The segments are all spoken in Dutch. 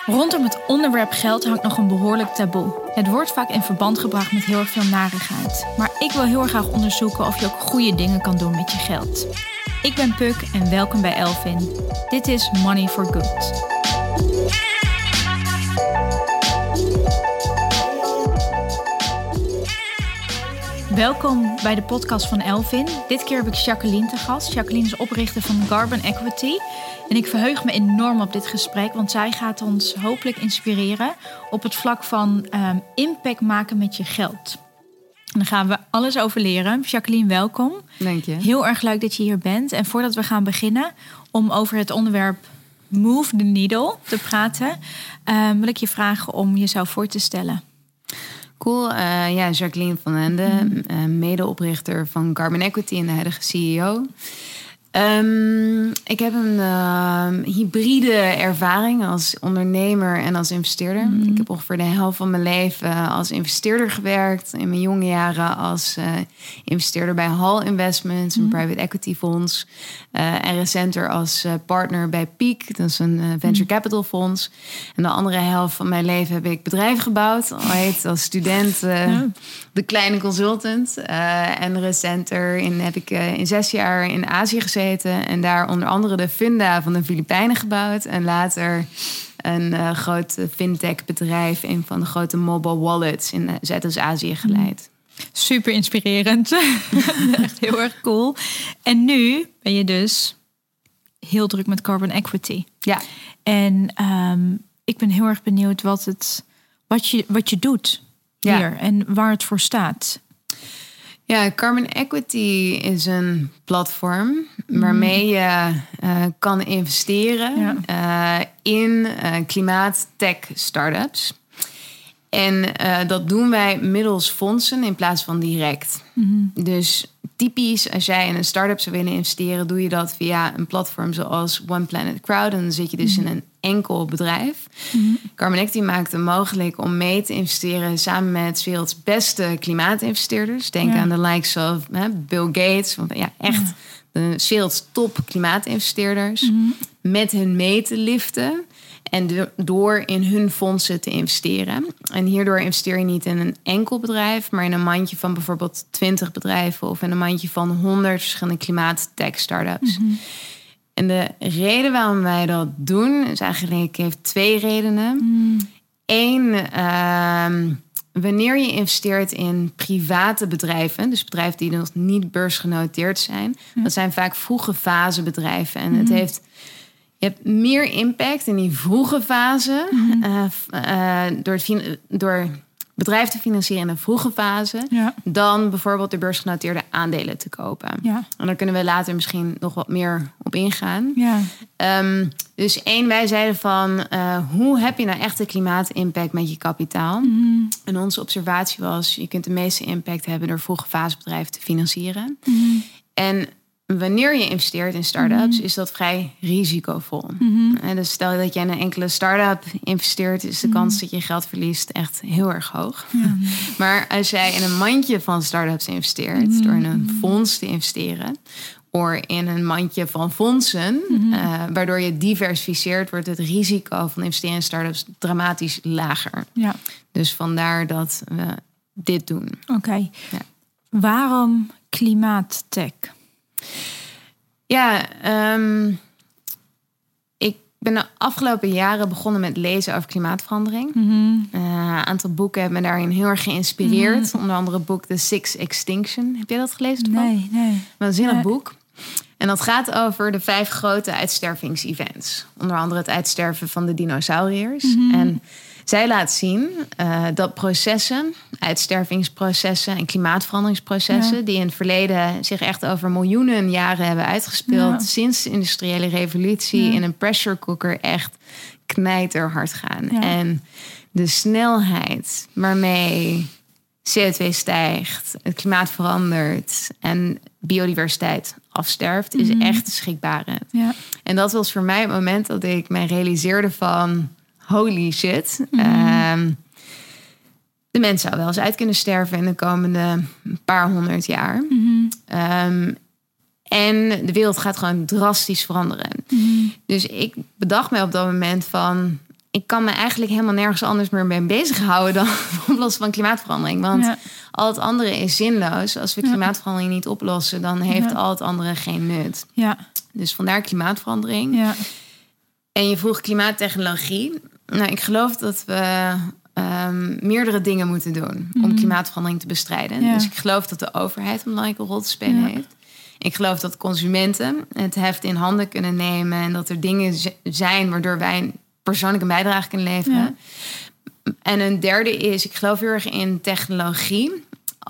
Rondom het onderwerp geld hangt nog een behoorlijk taboe. Het wordt vaak in verband gebracht met heel erg veel narigheid. Maar ik wil heel erg graag onderzoeken of je ook goede dingen kan doen met je geld. Ik ben Puk en welkom bij Elvin. Dit is Money for Good. Welkom bij de podcast van Elvin. Dit keer heb ik Jacqueline te gast. Jacqueline is oprichter van Carbon Equity. En ik verheug me enorm op dit gesprek, want zij gaat ons hopelijk inspireren op het vlak van impact maken met je geld. En daar gaan we alles over leren. Jacqueline, welkom. Dank je. Heel erg leuk dat je hier bent. En voordat we gaan beginnen om over het onderwerp Move the Needle te praten, wil ik je vragen om jezelf voor te stellen. Cool. Jacqueline van Ende, medeoprichter van Carbon Equity en de huidige CEO. Ik heb een hybride ervaring als ondernemer en als investeerder. Ik heb ongeveer de helft van mijn leven als investeerder gewerkt. In mijn jonge jaren als investeerder bij Hall Investments, een private equity fonds. En recenter als partner bij Peak, dat is een venture capital fonds. En de andere helft van mijn leven heb ik bedrijf gebouwd. Ooit als student de kleine consultant. En recenter heb ik in 6 jaar in Azië gezeten. En daar onder andere de Funda van de Filipijnen gebouwd. En later een groot fintech bedrijf, een van de grote mobile wallets in Zuidoost-Azië geleid. Super inspirerend. Echt heel erg cool. En nu ben je dus heel druk met Carbon Equity. Ja. En ik ben heel erg benieuwd wat je doet hier en waar het voor staat. Ja, Carbon Equity is een platform waarmee je kan investeren in klimaattech startups. En dat doen wij middels fondsen in plaats van direct. Dus typisch, als jij in een start-up zou willen investeren, doe je dat via een platform zoals One Planet Crowd. En dan zit je dus in een enkel bedrijf. Carbon Equity maakt het mogelijk om mee te investeren samen met 's werelds beste klimaatinvesteerders. Denk aan de likes of Bill Gates. Echt de 's werelds top klimaatinvesteerders. Met hen mee te liften. En door in hun fondsen te investeren. En hierdoor investeer je niet in een enkel bedrijf, maar in een mandje van bijvoorbeeld 20 bedrijven of in een mandje van 100 verschillende klimaattech startups. En de reden waarom wij dat doen is eigenlijk heeft 2 redenen. Eén, wanneer je investeert in private bedrijven, dus bedrijven die nog niet beursgenoteerd zijn, dat zijn vaak vroege fase bedrijven. En je hebt meer impact in die vroege fase door bedrijven te financieren in de vroege fase dan bijvoorbeeld de beursgenoteerde aandelen te kopen. Ja. En daar kunnen we later misschien nog wat meer op ingaan. Ja. Dus wij zeiden van hoe heb je nou echt de klimaatimpact met je kapitaal? En onze observatie was, je kunt de meeste impact hebben door vroege fase bedrijven te financieren. En wanneer je investeert in start-ups, is dat vrij risicovol. En dus stel dat je in een enkele start-up investeert, is de kans dat je geld verliest echt heel erg hoog. Maar als jij in een mandje van start-ups investeert, door in een fonds te investeren, of in een mandje van fondsen, waardoor je diversificeert, wordt het risico van investeren in start-ups dramatisch lager. Ja. Dus vandaar dat we dit doen. Oké. Ja. Waarom klimaattech? Ja, ik ben de afgelopen jaren begonnen met lezen over klimaatverandering. Een aantal boeken hebben me daarin heel erg geïnspireerd. Onder andere het boek The Sixth Extinction. Heb jij dat gelezen? Nee. Waanzinnig boek. En dat gaat over de 5 grote uitstervingsevents. Onder andere het uitsterven van de dinosauriërs. En zij laat zien dat processen, uitstervingsprocessen en klimaatveranderingsprocessen, die in het verleden zich echt over miljoenen jaren hebben uitgespeeld, sinds de industriële revolutie in een pressure cooker echt knijterhard gaan. Ja. En de snelheid waarmee CO2 stijgt, het klimaat verandert en biodiversiteit afsterft, is echt schrikbarend. Ja. En dat was voor mij het moment dat ik mij realiseerde van holy shit. De mens zou wel eens uit kunnen sterven in de komende paar 100 jaar. En de wereld gaat gewoon drastisch veranderen. Dus ik bedacht mij op dat moment van, ik kan me eigenlijk helemaal nergens anders meer mee bezighouden dan het oplossen van klimaatverandering. Want al het andere is zinloos. Als we klimaatverandering niet oplossen, dan heeft al het andere geen nut. Ja. Dus vandaar klimaatverandering. Ja. En je vroeg klimaattechnologie. Nou, ik geloof dat we meerdere dingen moeten doen om klimaatverandering te bestrijden. Ja. Dus ik geloof dat de overheid een belangrijke rol te spelen heeft. Ik geloof dat consumenten het heft in handen kunnen nemen en dat er dingen zijn waardoor wij persoonlijk een bijdrage kunnen leveren. Ja. En een derde is, ik geloof heel erg in technologie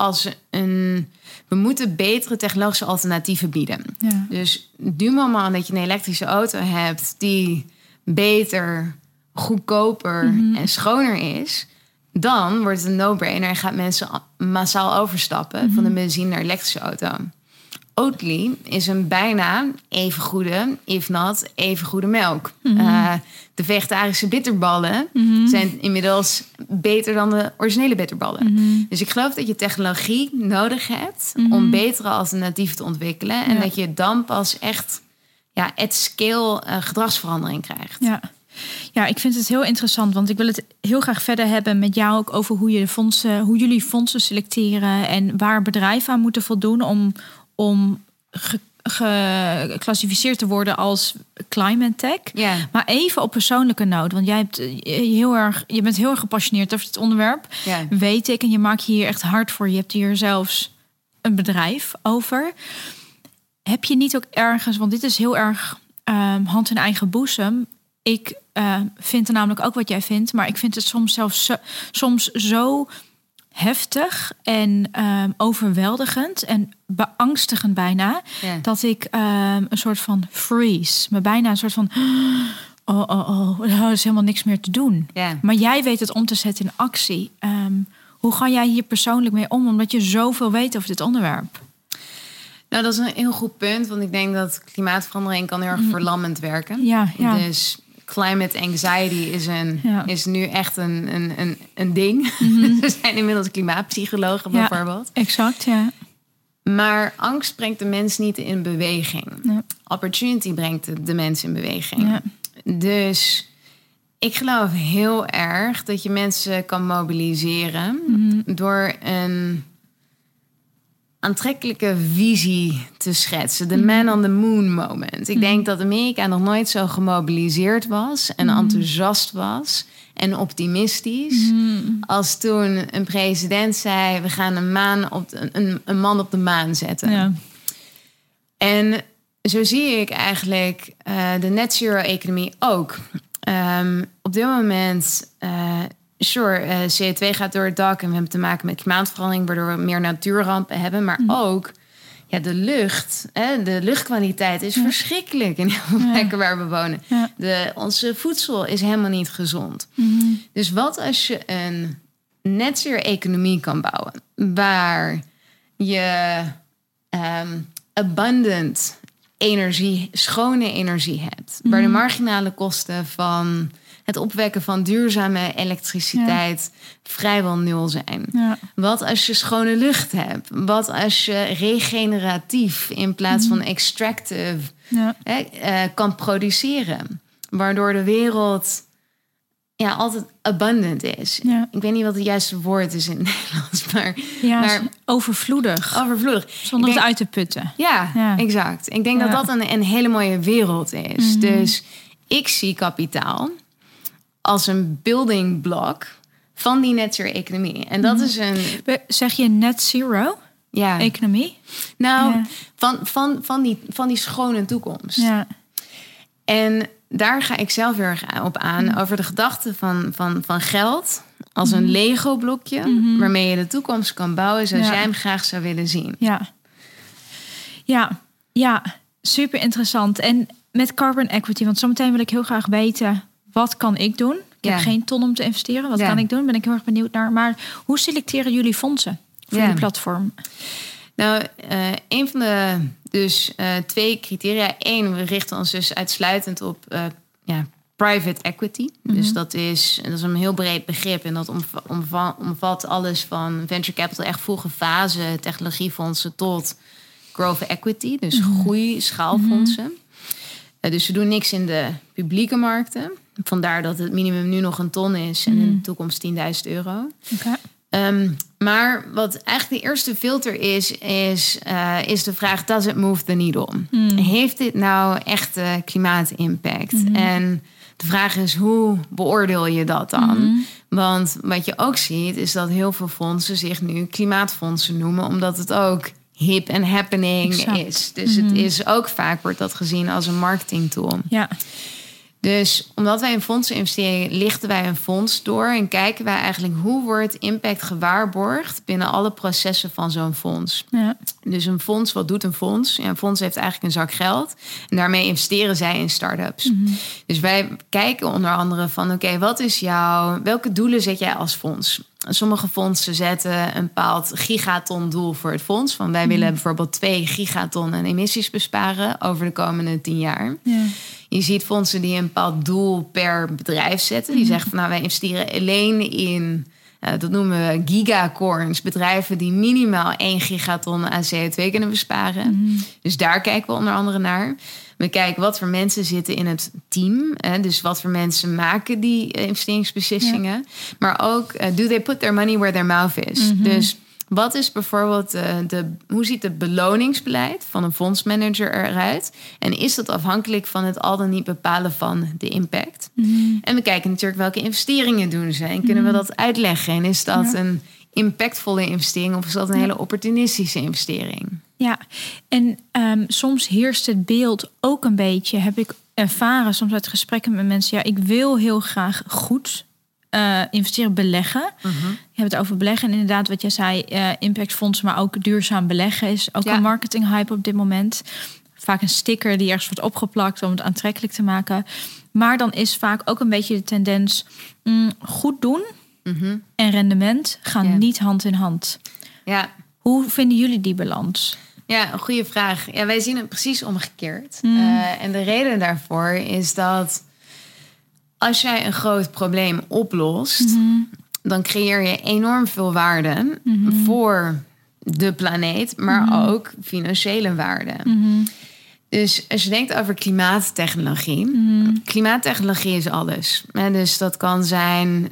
we moeten betere technologische alternatieven bieden. Ja. Dus du moment dat je een elektrische auto hebt die beter, goedkoper en schoner is, dan wordt het een no-brainer en gaat mensen massaal overstappen van de benzine naar elektrische auto. Oatly is een bijna even goede, if not even goede melk. De vegetarische bitterballen zijn inmiddels beter dan de originele bitterballen. Dus ik geloof dat je technologie nodig hebt om betere alternatieven te ontwikkelen. En dat je dan pas echt at scale gedragsverandering krijgt. Ja, ik vind het heel interessant, want ik wil het heel graag verder hebben met jou ook over hoe jullie fondsen selecteren en waar bedrijven aan moeten voldoen om geclassificeerd te worden als climate tech. Yeah. Maar even op persoonlijke noot, want je bent heel erg gepassioneerd over het onderwerp. Yeah. Weet ik, en je maakt je hier echt hard voor. Je hebt hier zelfs een bedrijf over. Heb je niet ook ergens, want dit is heel erg hand in eigen boezem. Ik vind er namelijk ook wat jij vindt, maar ik vind het soms zo heftig en overweldigend en beangstigend bijna, dat ik een soort van freeze, me bijna een soort van er is helemaal niks meer te doen. Maar jij weet het om te zetten in actie. Hoe ga jij hier persoonlijk mee om, omdat je zoveel weet over dit onderwerp? Nou, dat is een heel goed punt, want ik denk dat klimaatverandering kan heel erg verlammend werken. Ja. Dus climate anxiety is nu echt een ding. Er zijn inmiddels klimaatpsychologen bijvoorbeeld. Exact, ja. Maar angst brengt de mens niet in beweging. Ja. Opportunity brengt de mens in beweging. Ja. Dus ik geloof heel erg dat je mensen kan mobiliseren door een aantrekkelijke visie te schetsen. De man on the moon moment. Ik denk dat Amerika nog nooit zo gemobiliseerd was en enthousiast was en optimistisch als toen een president zei, we gaan een man op de maan zetten. Ja. En zo zie ik eigenlijk de net zero economie ook. Op dit moment CO2 gaat door het dak en we hebben te maken met klimaatverandering, waardoor we meer natuurrampen hebben. Maar ook de lucht, de luchtkwaliteit is verschrikkelijk in heel veel plekken waar we wonen. Ja. Onze voedsel is helemaal niet gezond. Dus wat als je een net zero economie kan bouwen, waar je abundant energie, schone energie hebt, waar de marginale kosten van het opwekken van duurzame elektriciteit vrijwel nul zijn. Ja. Wat als je schone lucht hebt? Wat als je regeneratief in plaats van extractive kan produceren? Waardoor de wereld altijd abundant is. Ja. Ik weet niet wat het juiste woord is in het Nederlands, maar overvloedig. Zonder het uit te putten. Ja, exact. Ik denk dat dat een hele mooie wereld is. Dus ik zie kapitaal als een building block van die net zero economie. En dat is een... Zeg je net zero economie? Nou, van die schone toekomst. Ja. En daar ga ik zelf heel erg op aan. Over de gedachte van geld als een Lego-blokje waarmee je de toekomst kan bouwen zoals jij hem graag zou willen zien. Ja, super interessant. En met carbon equity, want zometeen wil ik heel graag weten, wat kan ik doen? Ik heb geen ton om te investeren. Wat kan ik doen? Ben ik heel erg benieuwd naar. Maar hoe selecteren jullie fondsen voor jullie platform? Nou, een van de twee criteria. 1, we richten ons dus uitsluitend op private equity. Dus dat is een heel breed begrip. En dat omvat alles van venture capital, echt vroege fase, technologiefondsen tot growth equity. Dus groei, schaalfondsen. Dus we doen niks in de publieke markten. Vandaar dat het minimum nu nog een ton is en in de toekomst €10.000. Okay. Maar wat eigenlijk de eerste filter is de vraag: does it move the needle? Heeft dit nou echte klimaatimpact? En de vraag is, hoe beoordeel je dat dan? Want wat je ook ziet, is dat heel veel fondsen zich nu klimaatfondsen noemen, omdat het ook hip en happening is. Dus het is ook vaak, wordt dat gezien als een marketingtool. Ja. Dus omdat wij in fondsen investeren, lichten wij een fonds door en kijken wij eigenlijk hoe wordt impact gewaarborgd binnen alle processen van zo'n fonds. Ja. Dus een fonds, wat doet een fonds? Ja, een fonds heeft eigenlijk een zak geld en daarmee investeren zij in start-ups. Dus wij kijken onder andere van oké, welke doelen zet jij als fonds? Sommige fondsen zetten een bepaald gigaton doel voor het fonds. Van wij willen bijvoorbeeld 2 gigaton aan emissies besparen over de komende 10 jaar. Ja. Je ziet fondsen die een bepaald doel per bedrijf zetten. Die zeggen van wij investeren alleen in, dat noemen we gigacorns. Bedrijven die minimaal 1 gigaton aan CO2 kunnen besparen. Dus daar kijken we onder andere naar. We kijken wat voor mensen zitten in het team. Dus wat voor mensen maken die investeringsbeslissingen. Ja. Maar ook, do they put their money where their mouth is? Dus wat is bijvoorbeeld hoe ziet het beloningsbeleid van een fondsmanager eruit? En is dat afhankelijk van het al dan niet bepalen van de impact? En we kijken natuurlijk welke investeringen doen ze. En kunnen we dat uitleggen? En is dat een impactvolle investering of is dat een hele opportunistische investering? Ja, en soms heerst het beeld ook een beetje, heb ik ervaren, soms uit gesprekken met mensen. Ja, ik wil heel graag goed investeren, beleggen. Je hebt het over beleggen. En inderdaad, wat jij zei, impactfondsen, maar ook duurzaam beleggen is ook een marketinghype op dit moment. Vaak een sticker die ergens wordt opgeplakt om het aantrekkelijk te maken. Maar dan is vaak ook een beetje de tendens goed doen en rendement gaan niet hand in hand. Ja. Hoe vinden jullie die balans? Ja, een goede vraag. Ja, wij zien het precies omgekeerd. En de reden daarvoor is dat als jij een groot probleem oplost, dan creëer je enorm veel waarde voor de planeet, maar ook financiële waarde. Dus als je denkt over klimaattechnologie, klimaattechnologie is alles. Dus dat kan zijn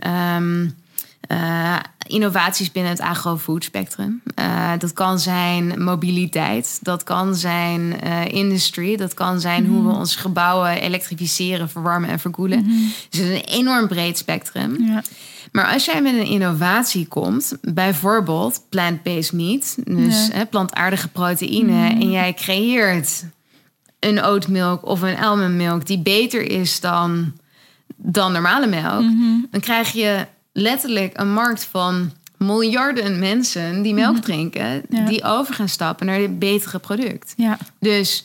innovaties binnen het agro-food spectrum. Dat kan zijn mobiliteit. Dat kan zijn industry. Dat kan zijn hoe we onze gebouwen elektrificeren, verwarmen en verkoelen. Dus het is een enorm breed spectrum. Ja. Maar als jij met een innovatie komt, bijvoorbeeld plant-based meat, dus plantaardige proteïne, en jij creëert een oatmilk of een almondmilk die beter is dan normale melk, dan krijg je letterlijk een markt van miljarden mensen die melk drinken, die over gaan stappen naar dit betere product. Ja. Dus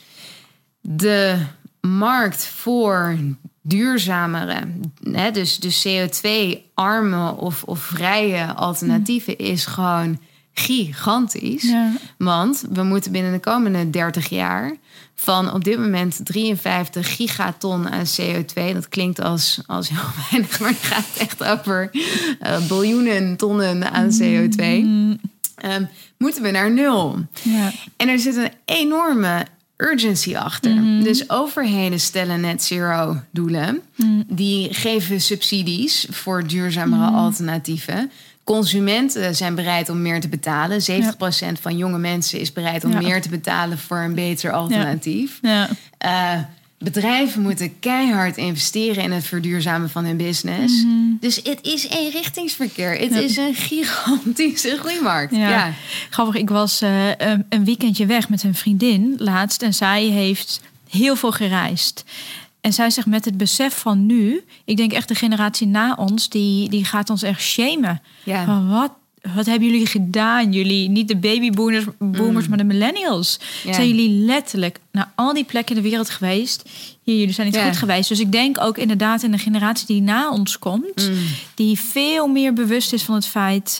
de markt voor duurzamere, dus CO2-arme of vrije alternatieven is gewoon gigantisch. Ja. Want we moeten binnen de komende 30 jaar van op dit moment 53 gigaton aan CO2. Dat klinkt als heel weinig, maar het gaat echt over biljoenen tonnen aan CO2. Moeten we naar 0. Ja. En er zit een enorme urgency achter. Dus overheden stellen net zero doelen. Die geven subsidies voor duurzamere alternatieven. Consumenten zijn bereid om meer te betalen. 70% van jonge mensen is bereid om meer te betalen voor een beter alternatief. Ja. Bedrijven moeten keihard investeren in het verduurzamen van hun business. Dus het is eenrichtingsverkeer. Het is een gigantische groeimarkt. Ja. Grappig, ik was een weekendje weg met een vriendin laatst. En zij heeft heel veel gereisd. En zij zegt met het besef van nu, ik denk echt de generatie na ons, die gaat ons echt shamen. Ja. Van wat hebben jullie gedaan? Jullie, niet de babyboomers, maar de millennials. Ja. Zijn jullie letterlijk naar al die plekken in de wereld geweest? Jullie zijn niet goed geweest. Dus ik denk ook inderdaad in de generatie die na ons komt, die veel meer bewust is van het feit,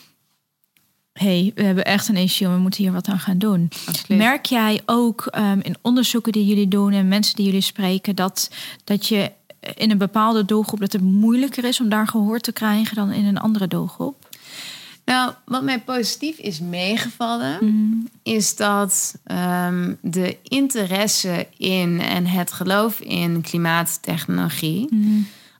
we hebben echt een issue, we moeten hier wat aan gaan doen. Absoluut. Merk jij ook in onderzoeken die jullie doen en mensen die jullie spreken, dat je in een bepaalde doelgroep, dat het moeilijker is om daar gehoor te krijgen dan in een andere doelgroep? Nou, wat mij positief is meegevallen, is dat de interesse in en het geloof in klimaattechnologie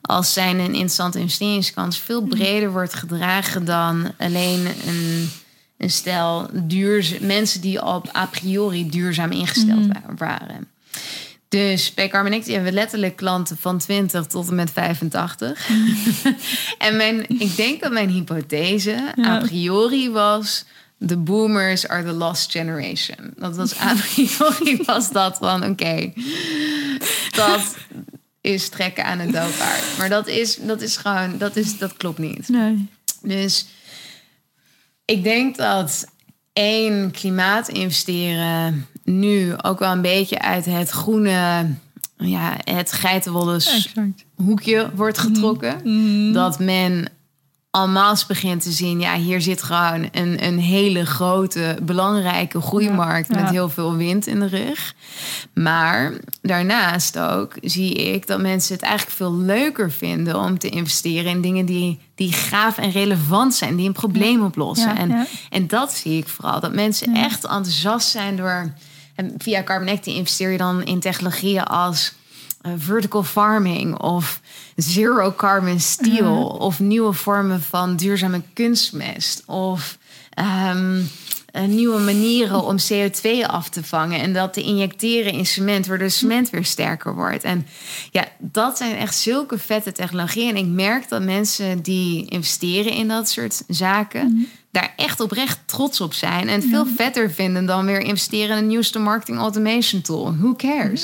als zijn een interessante investeringskans veel breder wordt gedragen dan alleen een stel mensen die op a priori duurzaam ingesteld waren. Dus bij Carbon Equity hebben we letterlijk klanten van 20 tot en met 85. En ik denk dat mijn hypothese a priori was: de boomers are the lost generation. Dat was a priori was dat van oké, dat is trekken aan het doodpaard. Maar dat klopt niet. Nee. Dus ik denk dat klimaat investeren nu ook wel een beetje uit het groene, het geitenwolle hoekje wordt getrokken. Dat men en masse begint te zien, hier zit gewoon een hele grote, belangrijke groeimarkt met heel veel wind in de rug. Maar daarnaast ook zie ik dat mensen het eigenlijk veel leuker vinden om te investeren in dingen die gaaf en relevant zijn, die een probleem oplossen. En dat zie ik vooral, dat mensen echt enthousiast zijn door. En via Carbon Equity investeer je dan in technologieën als vertical farming of zero carbon steel of nieuwe vormen van duurzame kunstmest of nieuwe manieren om CO2 af te vangen en dat te injecteren in cement, waardoor cement weer sterker wordt. En dat zijn echt zulke vette technologieën. En ik merk dat mensen die investeren in dat soort zaken daar echt oprecht trots op zijn en het veel vetter vinden dan weer investeren in een nieuwste marketing automation tool. Who cares?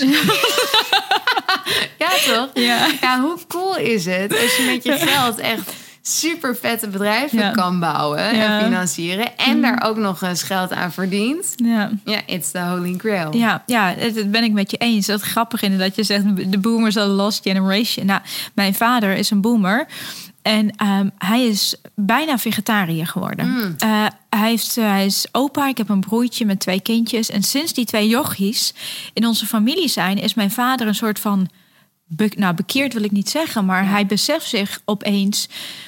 Ja, toch? Ja, hoe cool is het als je met je geld echt super vette bedrijven kan bouwen en financieren en daar ook nog eens geld aan verdient. Ja, it's the holy grail. Ja, dat ben ik met je eens. Dat is grappig inderdaad. Je zegt de boomers are the lost generation. Nou, mijn vader is een boomer. En hij is bijna vegetariër geworden. Hij is opa. Ik heb een broertje met 2 kindjes. En sinds die 2 jochies in onze familie zijn, is mijn vader een soort van bekeerd wil ik niet zeggen, maar hij beseft zich opeens,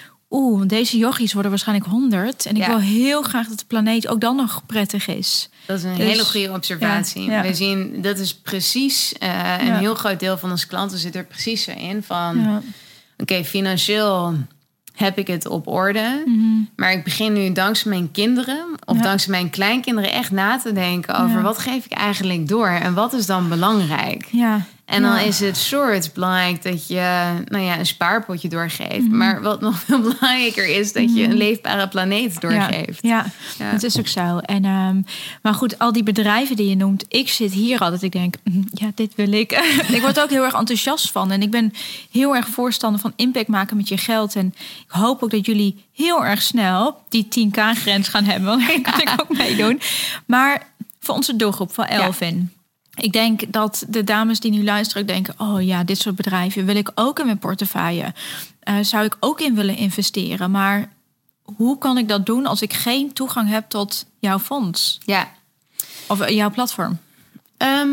deze jochies worden waarschijnlijk 100. En ik wil heel graag dat de planeet ook dan nog prettig is. Dat is een hele goede observatie. We zien, dat is precies een heel groot deel van onze klanten zit er precies zo in van oké, financieel heb ik het op orde. Maar ik begin nu dankzij mijn kinderen of dankzij mijn kleinkinderen echt na te denken over wat geef ik eigenlijk door en wat is dan belangrijk. En dan is het belangrijk dat je een spaarpotje doorgeeft. Maar wat nog veel belangrijker is, dat je een leefbare planeet doorgeeft. Ja, dat is ook zo. En, maar goed, al die bedrijven die je noemt, ik zit hier altijd, ik denk, dit wil ik. Ik word er ook heel erg enthousiast van. En ik ben heel erg voorstander van impact maken met je geld. En ik hoop ook dat jullie heel erg snel die 10K-grens gaan hebben. Want daar kan ik ook meedoen. Maar voor onze doelgroep van Elvin. Ik denk dat de dames die nu luisteren ook denken, dit soort bedrijven wil ik ook in mijn portefeuille. Zou ik ook in willen investeren. Maar hoe kan ik dat doen als ik geen toegang heb tot jouw fonds? Ja. Of jouw platform? Er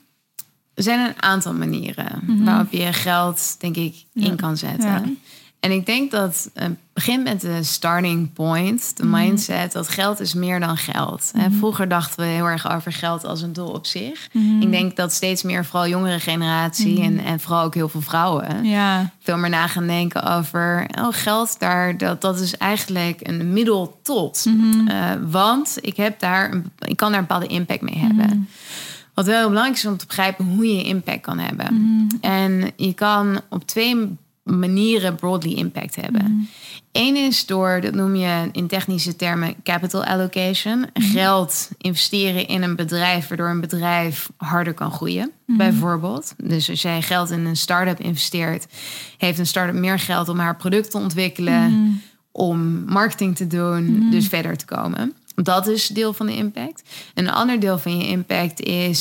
zijn een aantal manieren waarop je geld, denk ik, in kan zetten. Ja. En ik denk dat begint met de starting point, de mindset, dat geld is meer dan geld. Vroeger dachten we heel erg over geld als een doel op zich. Ik denk dat steeds meer, vooral jongere generatie en vooral ook heel veel vrouwen, veel meer na gaan denken over geld, dat is eigenlijk een middel tot. Want ik kan daar een bepaalde impact mee hebben. Wat wel heel belangrijk is om te begrijpen hoe je impact kan hebben. En je kan op 2 manieren broadly impact hebben. Eén is door, dat noem je in technische termen capital allocation. Geld investeren in een bedrijf, waardoor een bedrijf harder kan groeien. Bijvoorbeeld. Dus als jij geld in een start-up investeert, heeft een start-up meer geld om haar product te ontwikkelen, om marketing te doen, dus verder te komen. Dat is deel van de impact. Een ander deel van je impact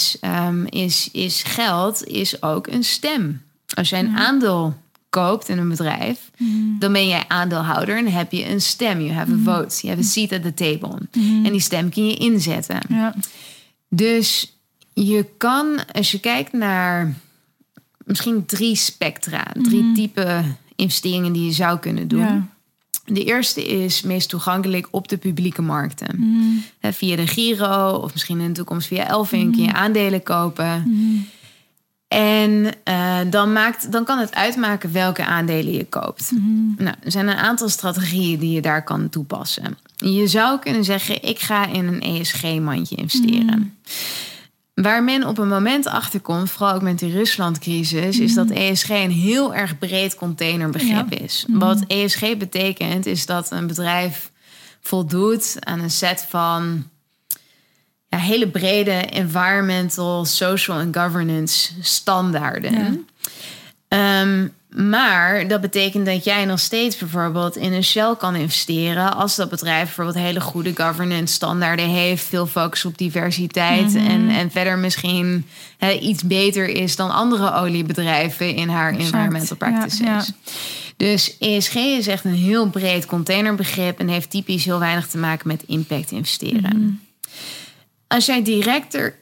is geld, is ook een stem. Als jij een aandeel koopt in een bedrijf, dan ben jij aandeelhouder en dan heb je een stem. You have a vote. You have a seat at the table. En die stem kun je inzetten. Ja. Dus je kan, als je kijkt naar misschien 3 spectra, 3 typen investeringen die je zou kunnen doen. Ja. De eerste is meest toegankelijk op de publieke markten. Via de Giro of misschien in de toekomst via Elvin kun je aandelen kopen. En dan kan het uitmaken welke aandelen je koopt. Nou, er zijn een aantal strategieën die je daar kan toepassen. Je zou kunnen zeggen, ik ga in een ESG-mandje investeren. Waar men op een moment achterkomt, vooral ook met die Rusland-crisis, is dat ESG een heel erg breed containerbegrip is. Wat ESG betekent, is dat een bedrijf voldoet aan een set van hele brede environmental, social en governance standaarden. Maar dat betekent dat jij nog steeds bijvoorbeeld in een Shell kan investeren als dat bedrijf bijvoorbeeld hele goede governance standaarden heeft, veel focus op diversiteit en verder misschien iets beter is dan andere oliebedrijven in haar environmental practices. Ja. Dus ESG is echt een heel breed containerbegrip en heeft typisch heel weinig te maken met impact investeren. Als jij directer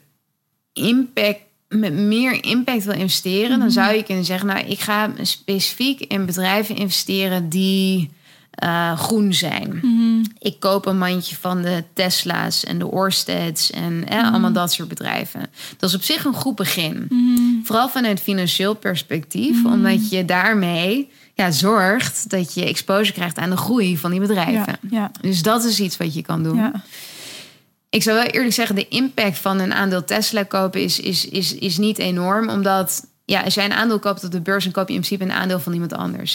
met meer impact wil investeren, dan zou je kunnen zeggen, nou, ik ga specifiek in bedrijven investeren die groen zijn. Ik koop een mandje van de Tesla's en de Ørsteds en allemaal dat soort bedrijven. Dat is op zich een goed begin. Vooral vanuit financieel perspectief, omdat je daarmee zorgt dat je exposure krijgt aan de groei van die bedrijven. Ja. Dus dat is iets wat je kan doen. Ja. Ik zou wel eerlijk zeggen, de impact van een aandeel Tesla kopen is niet enorm. Omdat als jij een aandeel koopt op de beurs, dan koop je in principe een aandeel van iemand anders.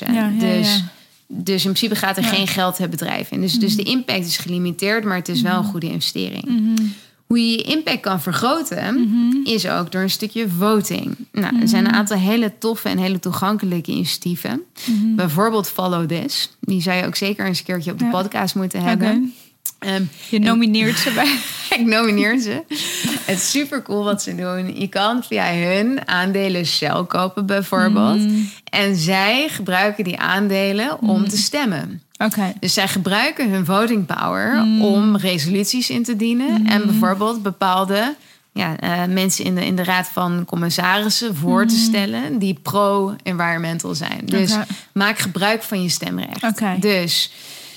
Dus in principe gaat er geen geld het bedrijf in. Dus de impact is gelimiteerd, maar het is wel een goede investering. Hoe je je impact kan vergroten, is ook door een stukje voting. Nou, er zijn een aantal hele toffe en hele toegankelijke initiatieven. Bijvoorbeeld Follow This. Die zou je ook zeker eens een keertje op de podcast moeten hebben. Je nomineert ze bij. Ik nomineer ze. Het is super cool wat ze doen. Je kan via hun aandelen Shell kopen bijvoorbeeld. En zij gebruiken die aandelen om te stemmen. Dus zij gebruiken hun voting power om resoluties in te dienen. En bijvoorbeeld bepaalde mensen in de raad van commissarissen voor te stellen die pro-environmental zijn. Dus maak gebruik van je stemrecht. Dus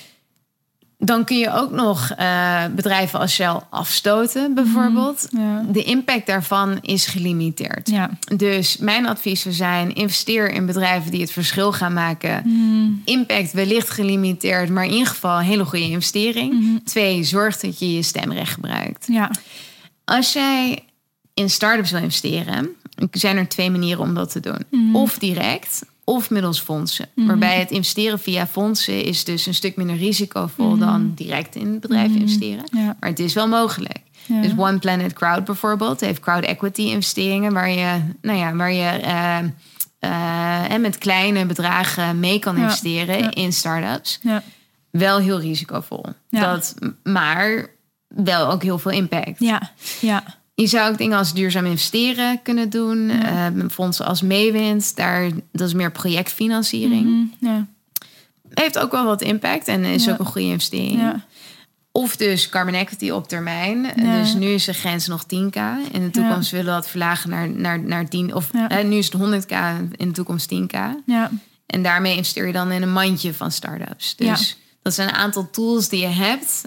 dan kun je ook nog bedrijven als Shell afstoten, bijvoorbeeld. De impact daarvan is gelimiteerd. Dus mijn advies zou zijn, investeer in bedrijven die het verschil gaan maken. Impact wellicht gelimiteerd, maar in ieder geval een hele goede investering. 2, zorg dat je je stemrecht gebruikt. Als jij in start-ups wil investeren, zijn er 2 manieren om dat te doen. Of direct, of middels fondsen. Waarbij het investeren via fondsen is dus een stuk minder risicovol dan direct in het bedrijf investeren. Maar het is wel mogelijk. Dus One Planet Crowd bijvoorbeeld heeft crowd equity investeringen waar je met kleine bedragen mee kan investeren in start-ups. Wel heel risicovol. Maar wel ook heel veel impact. Je zou ook dingen als duurzaam investeren kunnen doen. Fondsen als Meewind, dat is meer projectfinanciering. Heeft ook wel wat impact en is ook een goede investering. Of dus carbon equity op termijn. Dus nu is de grens nog 10k. In de toekomst willen we dat verlagen naar 10. Of nu is het 100k, in de toekomst 10k. En daarmee investeer je dan in een mandje van start-ups. Dus dat zijn een aantal tools die je hebt.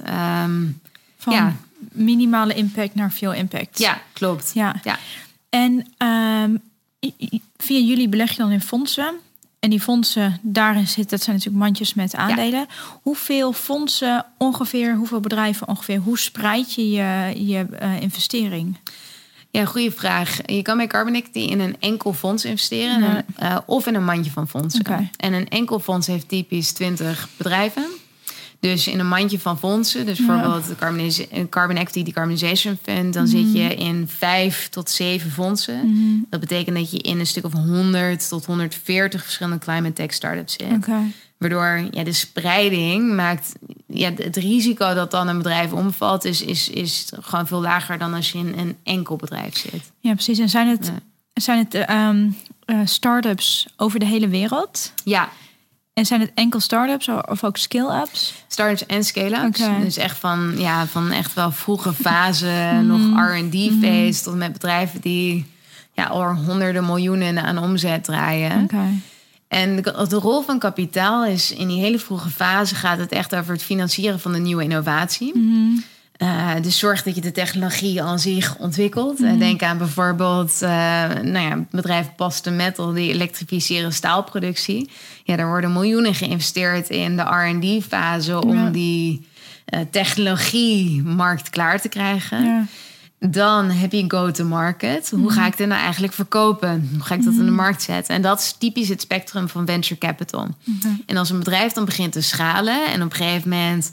Minimale impact naar veel impact. Ja, klopt. Ja. En via jullie beleg je dan in fondsen. En die fondsen, daarin zitten, dat zijn natuurlijk mandjes met aandelen. Hoeveel fondsen ongeveer, hoeveel bedrijven ongeveer, hoe spreid je je investering? Ja, goede vraag. Je kan bij Carbon Equity in een enkel fonds investeren of in een mandje van fondsen. En een enkel fonds heeft typisch 20 bedrijven. Dus in een mandje van fondsen, dus bijvoorbeeld de Carbon Equity Decarbonization Fund, dan zit je in 5 tot 7 fondsen. Dat betekent dat je in een stuk of 100 tot 140 verschillende climate tech startups zit. Waardoor de spreiding maakt, het risico dat dan een bedrijf omvalt, is gewoon veel lager dan als je in een enkel bedrijf zit. Ja, precies. En zijn het startups over de hele wereld? Ja. En zijn het enkel start-ups of ook scale-ups? Start-ups en scale-ups. Dus echt van echt wel vroege fase, nog R&D phase, tot met bedrijven die al honderden miljoenen aan omzet draaien. En de rol van kapitaal is in die hele vroege fase gaat het echt over het financieren van de nieuwe innovatie. Dus zorg dat je de technologie aan zich ontwikkelt. Denk aan bijvoorbeeld het bedrijf Boston Metal, die elektrificeren staalproductie. Ja, daar worden miljoenen geïnvesteerd in de R&D-fase om die technologie-markt klaar te krijgen. Ja. Dan heb je go-to-market. Hoe ga ik dit nou eigenlijk verkopen? Hoe ga ik dat in de markt zetten? En dat is typisch het spectrum van venture capital. En als een bedrijf dan begint te schalen en op een gegeven moment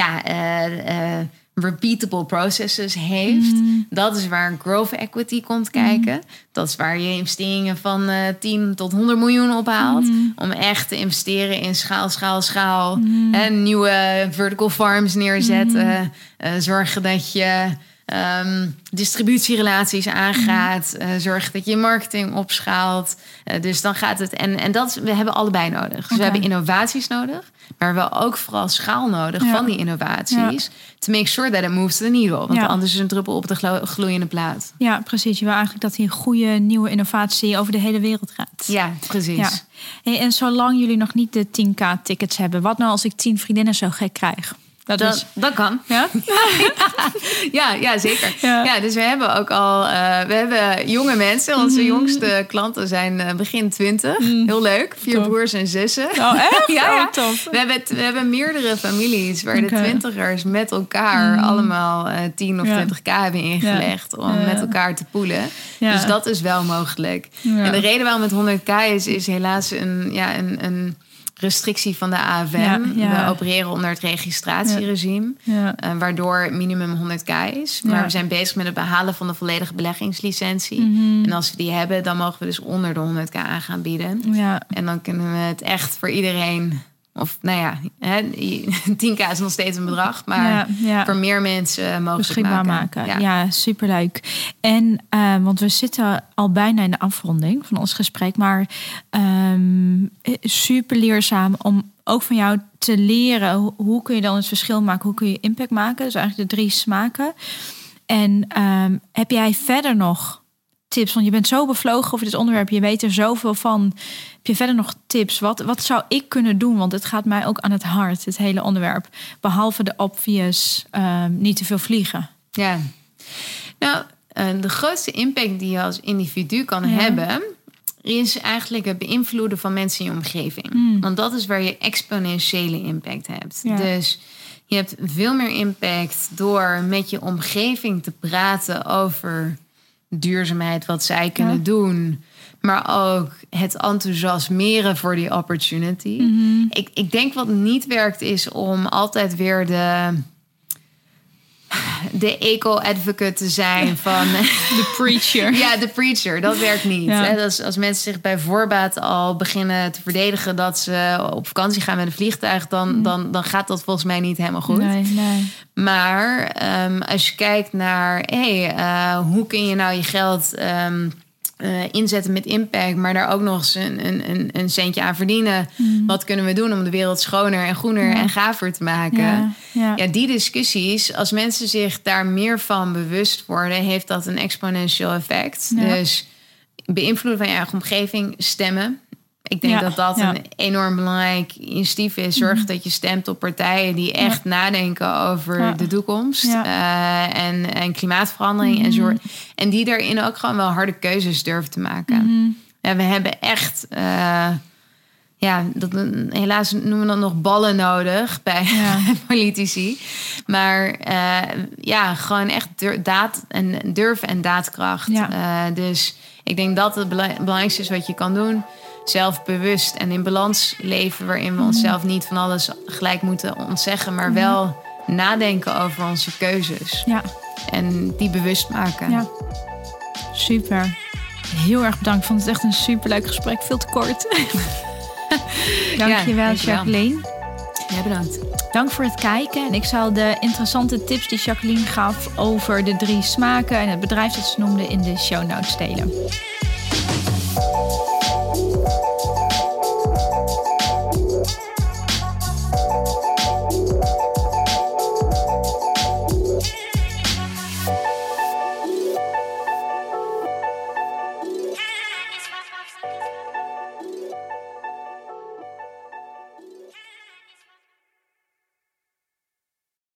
repeatable processes heeft, dat is waar growth equity komt kijken. Dat is waar je investeringen van 10 tot 100 miljoen ophaalt. Om echt te investeren in schaal. En nieuwe vertical farms neerzetten. Zorgen dat je distributierelaties aangaat. Zorg dat je marketing opschaalt. Dus dan gaat het. En dat we hebben allebei nodig. Dus we hebben innovaties nodig. Maar wel ook vooral schaal nodig van die innovaties. To make sure that it moves the needle. Want anders is een druppel op de gloeiende plaat. Ja, precies. Je wil eigenlijk dat die goede nieuwe innovatie over de hele wereld gaat. Ja, precies. Ja. Hey, en zolang jullie nog niet de 10.000 tickets hebben, wat nou als ik 10 vriendinnen zo gek krijg? Dat kan. Ja? ja, zeker. Ja, dus we hebben ook al we hebben jonge mensen. Onze jongste klanten zijn begin 20. Heel leuk. 4 broers en zussen. Oh, echt? ja. Tof. We hebben meerdere families waar de 20ers met elkaar allemaal 10 of 20k hebben ingelegd om met elkaar te poelen. Ja. Dus dat is wel mogelijk. Ja. En de reden waarom het 100k is helaas een restrictie van de AFM. We opereren onder het registratieregime. Waardoor minimum 100k is. Maar we zijn bezig met het behalen van de volledige beleggingslicentie. En als we die hebben, dan mogen we dus onder de 100k aan gaan bieden. Ja. En dan kunnen we het echt voor iedereen, of 10k is nog steeds een bedrag, maar voor meer mensen mogelijk maken. Ja, superleuk. En want we zitten al bijna in de afronding van ons gesprek, maar super leerzaam om ook van jou te leren hoe kun je dan het verschil maken, hoe kun je impact maken. Dus eigenlijk de 3 smaken. En heb jij verder nog tips? Want je bent zo bevlogen over dit onderwerp. Je weet er zoveel van. Heb je verder nog tips? Wat zou ik kunnen doen? Want het gaat mij ook aan het hart, het hele onderwerp. Behalve de obvious, niet te veel vliegen. Ja. Nou, de grootste impact die je als individu kan hebben, is eigenlijk het beïnvloeden van mensen in je omgeving. Want dat is waar je exponentiële impact hebt. Ja. Dus je hebt veel meer impact door met je omgeving te praten over duurzaamheid, wat zij kunnen doen, maar ook het enthousiasmeren voor die opportunity. Ik denk wat niet werkt is om altijd weer de eco-advocate te zijn van de preacher. Ja, de preacher. Dat werkt niet. Ja. Hè? Als mensen zich bij voorbaat al beginnen te verdedigen dat ze op vakantie gaan met een vliegtuig, dan gaat dat volgens mij niet helemaal goed. Nee. Maar als je kijkt naar hoe kun je nou je geld inzetten met impact, maar daar ook nog eens een centje aan verdienen. Wat kunnen we doen om de wereld schoner en groener en gaver te maken? Ja, die discussies, als mensen zich daar meer van bewust worden, heeft dat een exponentieel effect. Ja. Dus beïnvloeden van je eigen omgeving, stemmen. Ik denk dat een enorm belangrijk initiatief is. Zorg dat je stemt op partijen die echt nadenken over de toekomst. En klimaatverandering. En die daarin ook gewoon wel harde keuzes durven te maken. Ja, we hebben echt helaas noemen we dat nog ballen nodig bij politici. Maar gewoon echt durf en daadkracht. Ja. Dus ik denk dat het belangrijkste is wat je kan doen. Zelfbewust en in balans leven, waarin we onszelf niet van alles gelijk moeten ontzeggen, maar wel nadenken over onze keuzes. Ja. En die bewust maken. Ja. Super. Heel erg bedankt. Ik vond het echt een superleuk gesprek. Veel te kort. Dankjewel, Jacqueline. Ja, bedankt. Dank voor het kijken. En ik zal de interessante tips die Jacqueline gaf over de 3 smaken en het bedrijf dat ze noemde in de show notes delen.